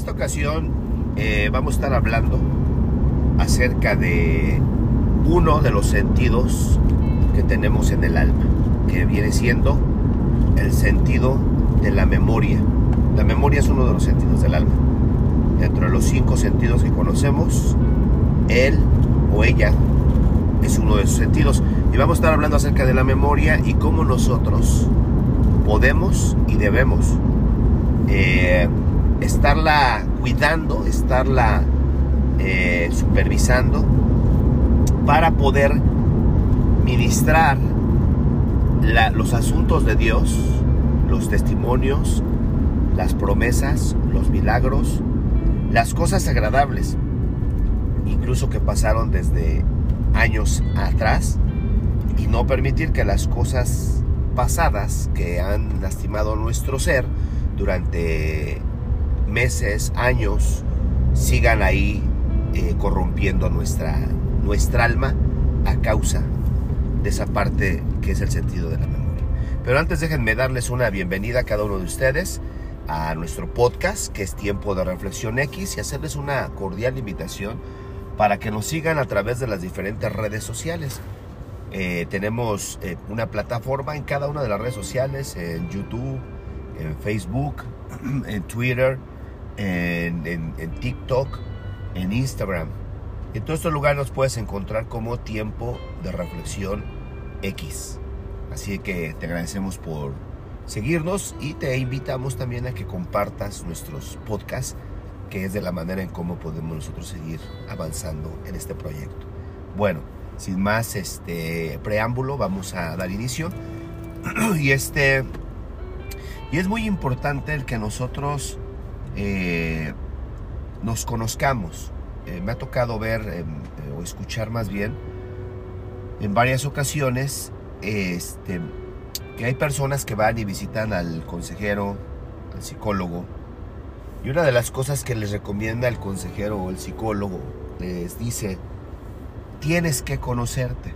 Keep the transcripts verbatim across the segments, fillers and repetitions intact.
esta ocasión eh, vamos a estar hablando acerca de uno de los sentidos que tenemos en el alma, que viene siendo el sentido de la memoria. La memoria es uno de los sentidos del alma. Dentro de los cinco sentidos que conocemos, él o ella es uno de esos sentidos. Y vamos a estar hablando acerca de la memoria y cómo nosotros podemos y debemos eh, estarla cuidando, estarla eh, supervisando para poder ministrar la, los asuntos de Dios, los testimonios, las promesas, los milagros, las cosas agradables, incluso que pasaron desde años atrás, y no permitir que las cosas pasadas que han lastimado nuestro ser durante meses, años, sigan ahí eh, corrompiendo nuestra, nuestra alma a causa de esa parte que es el sentido de la memoria. Pero antes déjenme darles una bienvenida a cada uno de ustedes a nuestro podcast, que es Tiempo de Reflexión X, y hacerles una cordial invitación para que nos sigan a través de las diferentes redes sociales. Eh, tenemos eh, una plataforma en cada una de las redes sociales, en YouTube, en Facebook, en Twitter, en, en, en TikTok, en Instagram. En todos estos lugares nos puedes encontrar como Tiempo de Reflexión X. Así que te agradecemos por seguirnos y te invitamos también a que compartas nuestros podcasts, que es de la manera en cómo podemos nosotros seguir avanzando en este proyecto. Bueno, sin más este preámbulo, vamos a dar inicio. y este y es muy importante el que nosotros eh, nos conozcamos. Eh, me ha tocado ver eh, o escuchar más bien en varias ocasiones este, que hay personas que van y visitan al consejero, al psicólogo, y una de las cosas que les recomienda el consejero o el psicólogo les dice: tienes que conocerte.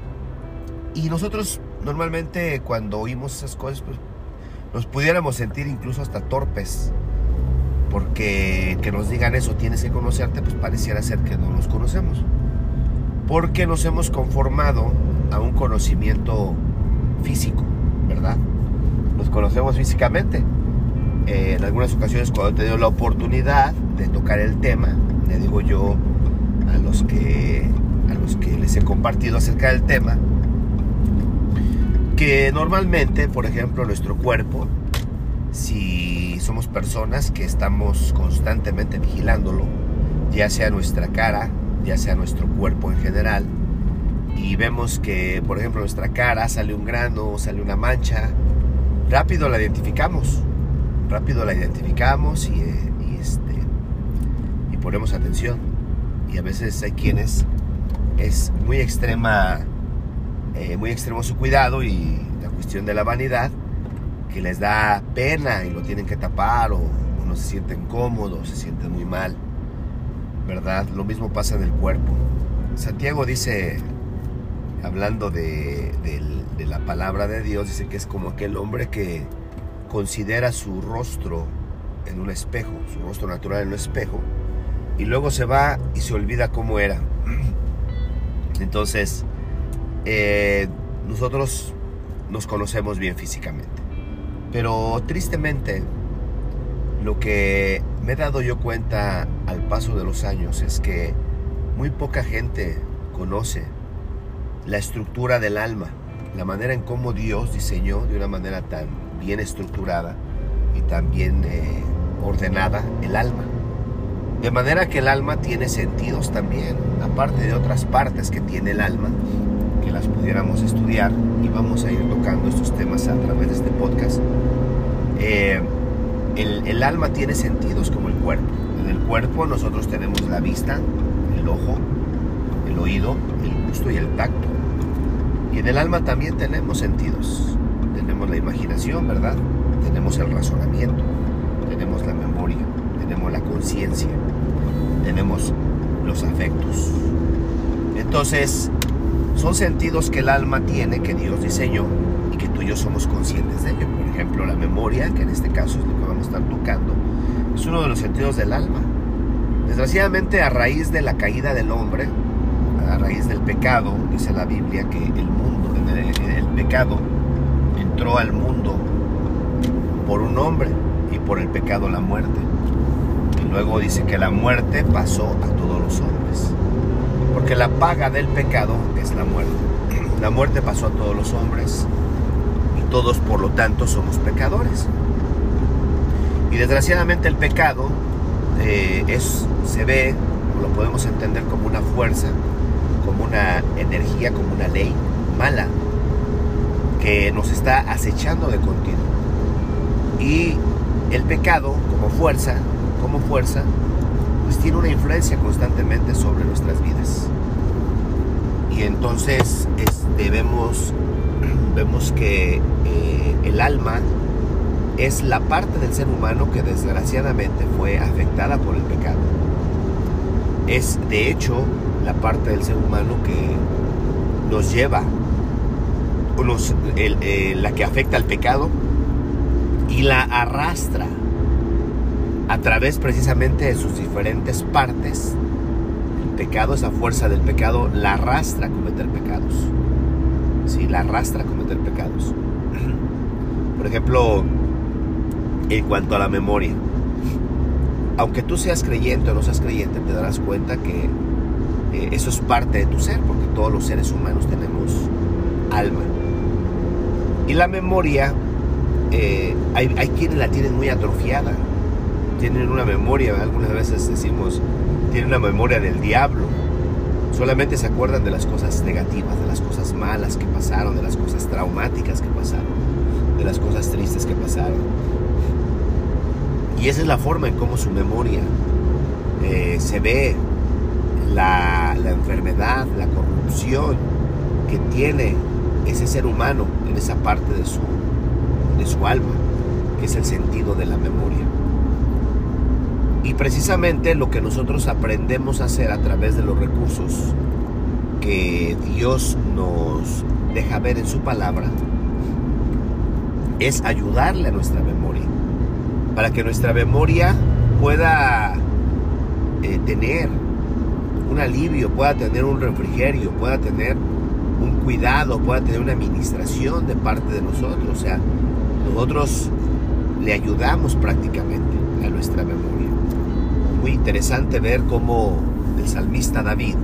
Y nosotros normalmente cuando oímos esas cosas, pues, nos pudiéramos sentir incluso hasta torpes, porque que nos digan eso, tienes que conocerte, pues pareciera ser que no nos conocemos, porque nos hemos conformado a un conocimiento físico, ¿verdad? Nos conocemos físicamente. Eh, en algunas ocasiones, cuando he tenido la oportunidad de tocar el tema, le digo yo a los que a los que les he compartido acerca del tema, que normalmente, por ejemplo, nuestro cuerpo, si somos personas que estamos constantemente vigilándolo, ya sea nuestra cara, ya sea nuestro cuerpo en general, y vemos que, por ejemplo, nuestra cara sale un grano, sale una mancha, rápido la identificamos, rápido la identificamos y, y, este, y ponemos atención. Y a veces hay quienes es muy extrema, eh, muy extremo su cuidado y la cuestión de la vanidad, que les da pena y lo tienen que tapar, o, o no se sienten cómodos, se sienten muy mal, ¿verdad? Lo mismo pasa en el cuerpo. Santiago dice, hablando de, de, de la palabra de Dios, dice que es como aquel hombre que considera su rostro en un espejo, su rostro natural en un espejo, y luego se va y se olvida cómo era. Entonces, eh, nosotros nos conocemos bien físicamente, pero tristemente lo que me he dado yo cuenta al paso de los años es que muy poca gente conoce la estructura del alma, la manera en cómo Dios diseñó de una manera tan bien estructurada y tan bien eh, ordenada el alma. De manera que el alma tiene sentidos también, aparte de otras partes que tiene el alma, que las pudiéramos estudiar, y vamos a ir tocando estos temas a través de este podcast. Eh, el, el alma tiene sentidos como el cuerpo. En el cuerpo nosotros tenemos la vista, el ojo, el oído, el gusto y el tacto. Y en el alma también tenemos sentidos. Tenemos la imaginación, ¿verdad? Tenemos el razonamiento, tenemos la memoria, tenemos la conciencia, tenemos los afectos. Entonces, son sentidos que el alma tiene, que Dios diseñó y que tú y yo somos conscientes de ello. Por ejemplo, la memoria, que en este caso es lo que vamos a estar tocando, Es uno de los sentidos del alma. Desgraciadamente, a raíz de la caída del hombre, a raíz del pecado, dice la Biblia que el mundo, el, el pecado entró al mundo por un hombre y por el pecado la muerte. Y luego dice que la muerte pasó a todos los hombres, porque la paga del pecado es la muerte. La muerte pasó a todos los hombres y todos, por lo tanto, somos pecadores. Y desgraciadamente el pecado eh, es, se ve, o lo podemos entender como una fuerza, como una energía, como una ley mala que nos está acechando de continuo. Y el pecado como fuerza, como fuerza, pues tiene una influencia constantemente sobre nuestras vidas. Y entonces este, vemos, vemos que eh, el alma es la parte del ser humano que desgraciadamente fue afectada por el pecado. Es de hecho la parte del ser humano que nos lleva, nos, el, eh, la que afecta al pecado y la arrastra a través precisamente de sus diferentes partes. El pecado, esa fuerza del pecado, la arrastra a cometer pecados. Sí, la arrastra a cometer pecados. Por ejemplo, en cuanto a la memoria, aunque tú seas creyente o no seas creyente, te darás cuenta que eh, eso es parte de tu ser, porque todos los seres humanos tenemos alma. Y la memoria, eh, hay, hay quienes la tienen muy atrofiada, tienen una memoria, algunas veces decimos, tienen una memoria del diablo. Solamente se acuerdan de las cosas negativas, de las cosas malas que pasaron, de las cosas traumáticas que pasaron, de las cosas tristes que pasaron. Y esa es la forma en cómo su memoria eh, se ve, la, la enfermedad, la corrupción que tiene ese ser humano en esa parte de su, de su alma, que es el sentido de la memoria. Y precisamente lo que nosotros aprendemos a hacer a través de los recursos que Dios nos deja ver en su palabra es ayudarle a nuestra memoria, para que nuestra memoria pueda eh, tener un alivio, pueda tener un refrigerio, pueda tener un cuidado, pueda tener una administración de parte de nosotros. O sea, nosotros le ayudamos prácticamente a nuestra memoria. Muy interesante ver cómo el salmista David,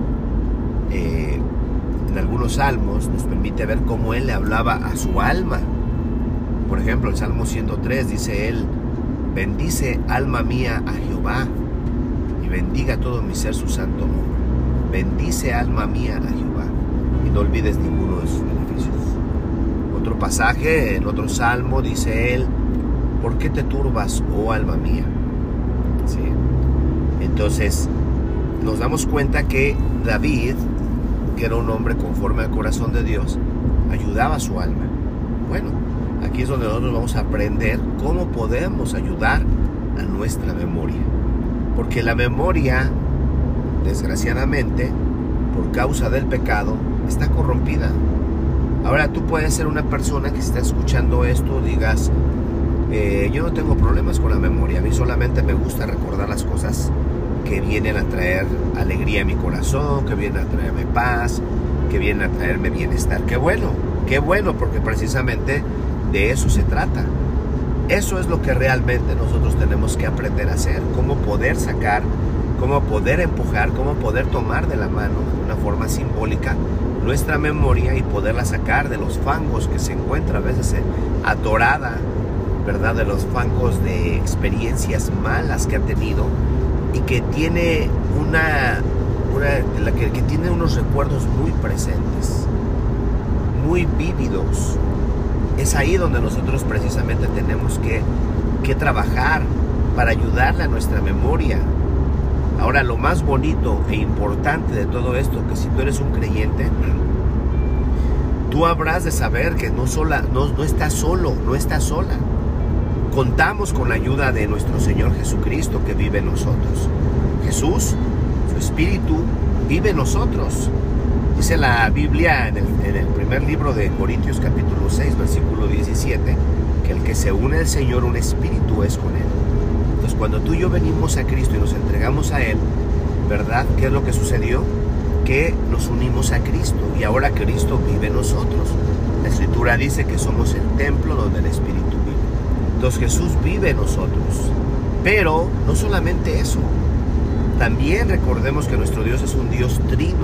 eh, en algunos salmos, nos permite ver cómo él le hablaba a su alma. Por ejemplo, el Salmo ciento tres dice él: bendice alma mía a Jehová, y bendiga todo mi ser su santo nombre. Bendice alma mía a Jehová, y no olvides ninguno de sus beneficios. Otro pasaje, en otro salmo, dice él: ¿por qué te turbas, oh alma mía? ¿Sí? Entonces, nos damos cuenta que David, que era un hombre conforme al corazón de Dios, ayudaba a su alma. Bueno, aquí es donde nosotros vamos a aprender cómo podemos ayudar a nuestra memoria. Porque la memoria, desgraciadamente, por causa del pecado, está corrompida. Ahora, tú puedes ser una persona que está escuchando esto, digas, eh, yo no tengo problemas con la memoria, a mí solamente me gusta recordar las cosas que vienen a traer alegría a mi corazón, que vienen a traerme paz, que vienen a traerme bienestar. ¡Qué bueno! ¡Qué bueno! Porque precisamente de eso se trata. Eso es lo que realmente nosotros tenemos que aprender a hacer. Cómo poder sacar, cómo poder empujar, cómo poder tomar de la mano, de una forma simbólica, nuestra memoria y poderla sacar de los fangos que se encuentra a veces atorada, ¿verdad? De los fangos de experiencias malas que ha tenido y que tiene una, una que, que tiene unos recuerdos muy presentes, muy vívidos. Es ahí donde nosotros precisamente tenemos que, que trabajar para ayudarle a nuestra memoria. Ahora, lo más bonito e importante de todo esto, que si tú eres un creyente, tú habrás de saber que no, sola, no, no estás solo, no estás sola. Contamos con la ayuda de nuestro Señor Jesucristo que vive en nosotros. Jesús, su Espíritu, vive en nosotros. Dice la Biblia en el, en el primer libro de Corintios capítulo seis, versículo diecisiete, que el que se une al Señor, un espíritu es con Él. Entonces, cuando tú y yo venimos a Cristo y nos entregamos a Él, ¿verdad? ¿Qué es lo que sucedió? Que nos unimos a Cristo y ahora Cristo vive en nosotros. La Escritura dice que somos el templo donde el Espíritu vive. Entonces Jesús vive en nosotros. Pero no solamente eso. También recordemos que nuestro Dios es un Dios trino.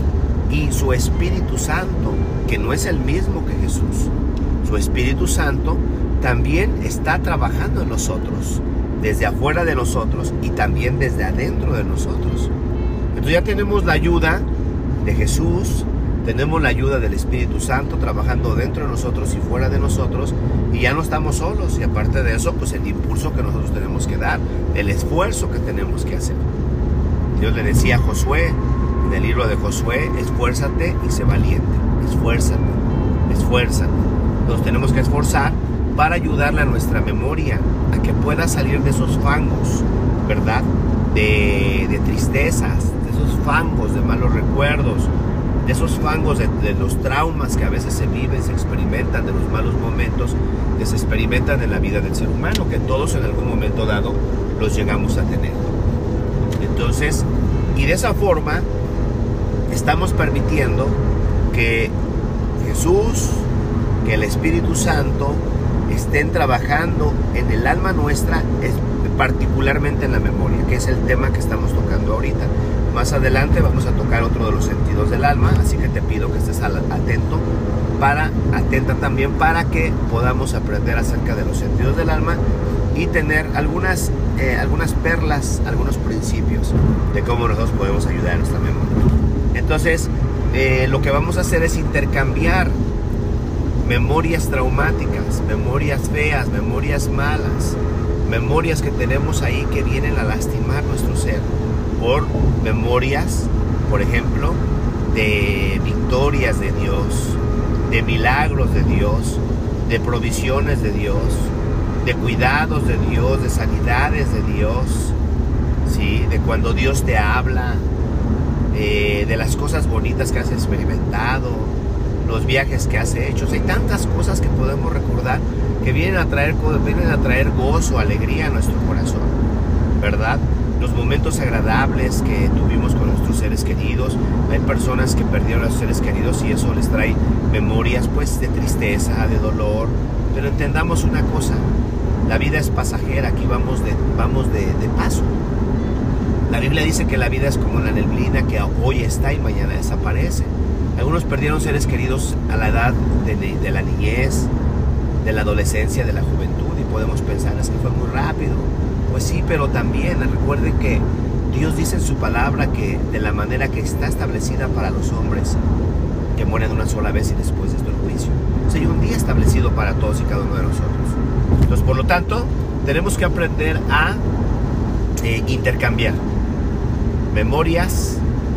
Y su Espíritu Santo, que no es el mismo que Jesús, su Espíritu Santo también está trabajando en nosotros, desde afuera de nosotros y también desde adentro de nosotros. Entonces ya tenemos la ayuda de Jesús, tenemos la ayuda del Espíritu Santo trabajando dentro de nosotros y fuera de nosotros, y ya no estamos solos. Y aparte de eso, pues el impulso que nosotros tenemos que dar, el esfuerzo que tenemos que hacer. Dios le decía a Josué, en el libro de Josué, esfuérzate y sé valiente, esfuérzate, esfuérzate. Nos tenemos que esforzar para ayudarle a nuestra memoria a que pueda salir de esos fangos, ¿verdad? De, de tristezas, de esos fangos de malos recuerdos, de esos fangos de, de los traumas que a veces se viven, se experimentan, de los malos momentos que se experimentan en la vida del ser humano, que todos en algún momento dado los llegamos a tener. Entonces, y de esa forma estamos permitiendo que Jesús, que el Espíritu Santo estén trabajando en el alma nuestra, es particularmente en la memoria, que es el tema que estamos tocando ahorita. Más adelante vamos a tocar otro de los sentidos del alma, así que te pido que estés atento, para, atenta también para que podamos aprender acerca de los sentidos del alma y tener algunas, eh, algunas perlas, algunos principios de cómo nosotros podemos ayudar a nuestra memoria. Entonces, eh, lo que vamos a hacer es intercambiar memorias traumáticas, memorias feas, memorias malas, memorias que tenemos ahí que vienen a lastimar nuestro ser, por memorias, por ejemplo, de victorias de Dios, de milagros de Dios, de provisiones de Dios, de cuidados de Dios, de sanidades de Dios, ¿sí? De cuando Dios te habla, eh, de las cosas bonitas que has experimentado, los viajes que has hecho. O sea, hay tantas cosas que podemos recordar que vienen a traer, vienen a traer gozo, alegría a nuestro corazón, ¿verdad? Los momentos agradables que tuvimos con nuestros seres queridos. Hay personas que perdieron a sus seres queridos y eso les trae memorias, pues, de tristeza, de dolor. Pero entendamos una cosa: la vida es pasajera, aquí vamos de, vamos de, de paso. La Biblia dice que la vida es como la neblina que hoy está y mañana desaparece. Algunos perdieron seres queridos a la edad de, de la niñez, de la adolescencia, de la juventud, y podemos pensar, es que fue muy rápido. Pues sí, pero también recuerden que Dios dice en su palabra que de la manera que está establecida para los hombres, que mueren una sola vez y después de esto el juicio. O sea, hay un día establecido para todos y cada uno de nosotros. Entonces, por lo tanto, tenemos que aprender a eh, intercambiar memorias,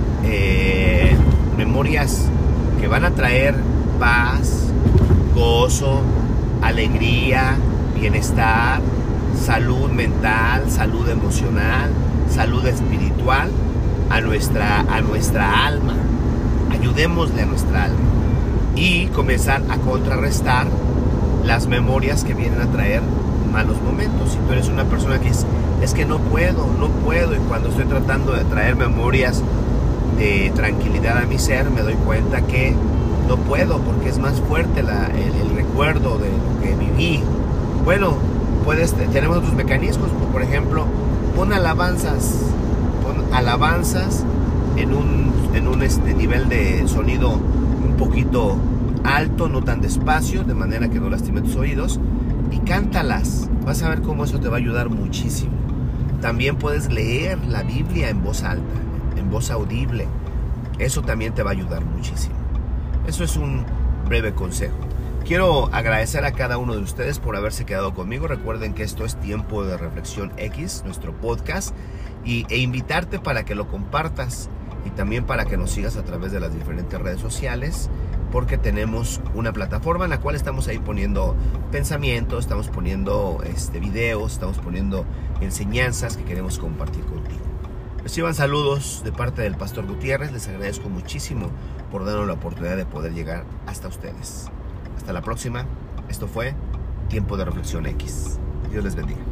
eh, memorias que van a traer paz, gozo, alegría, bienestar, salud mental, salud emocional, salud espiritual a nuestra, a nuestra alma. Ayudémosle a nuestra alma y comenzar a contrarrestar las memorias que vienen a traer malos momentos. Si tú eres una persona que es, es que no puedo, no puedo, y cuando estoy tratando de traer memorias de tranquilidad a mi ser, me doy cuenta que no puedo, porque es más fuerte la, el, el recuerdo de lo que viví. Bueno, puedes, tenemos otros mecanismos, por ejemplo, pon alabanzas, pon alabanzas en un, en un este, nivel de sonido un poquito alto, no tan despacio, de manera que no lastime tus oídos, y cántalas. Vas a ver cómo eso te va a ayudar muchísimo. También puedes leer la Biblia en voz alta, en voz audible. Eso también te va a ayudar muchísimo. Eso es un breve consejo. Quiero agradecer a cada uno de ustedes por haberse quedado conmigo. Recuerden que esto es Tiempo de Reflexión X, nuestro podcast, y, e invitarte para que lo compartas y también para que nos sigas a través de las diferentes redes sociales, porque tenemos una plataforma en la cual estamos ahí poniendo pensamientos, estamos poniendo este, videos, estamos poniendo enseñanzas que queremos compartir contigo. Reciban saludos de parte del Pastor Gutiérrez. Les agradezco muchísimo por darnos la oportunidad de poder llegar hasta ustedes. Hasta la próxima. Esto fue Tiempo de Reflexión X. Dios les bendiga.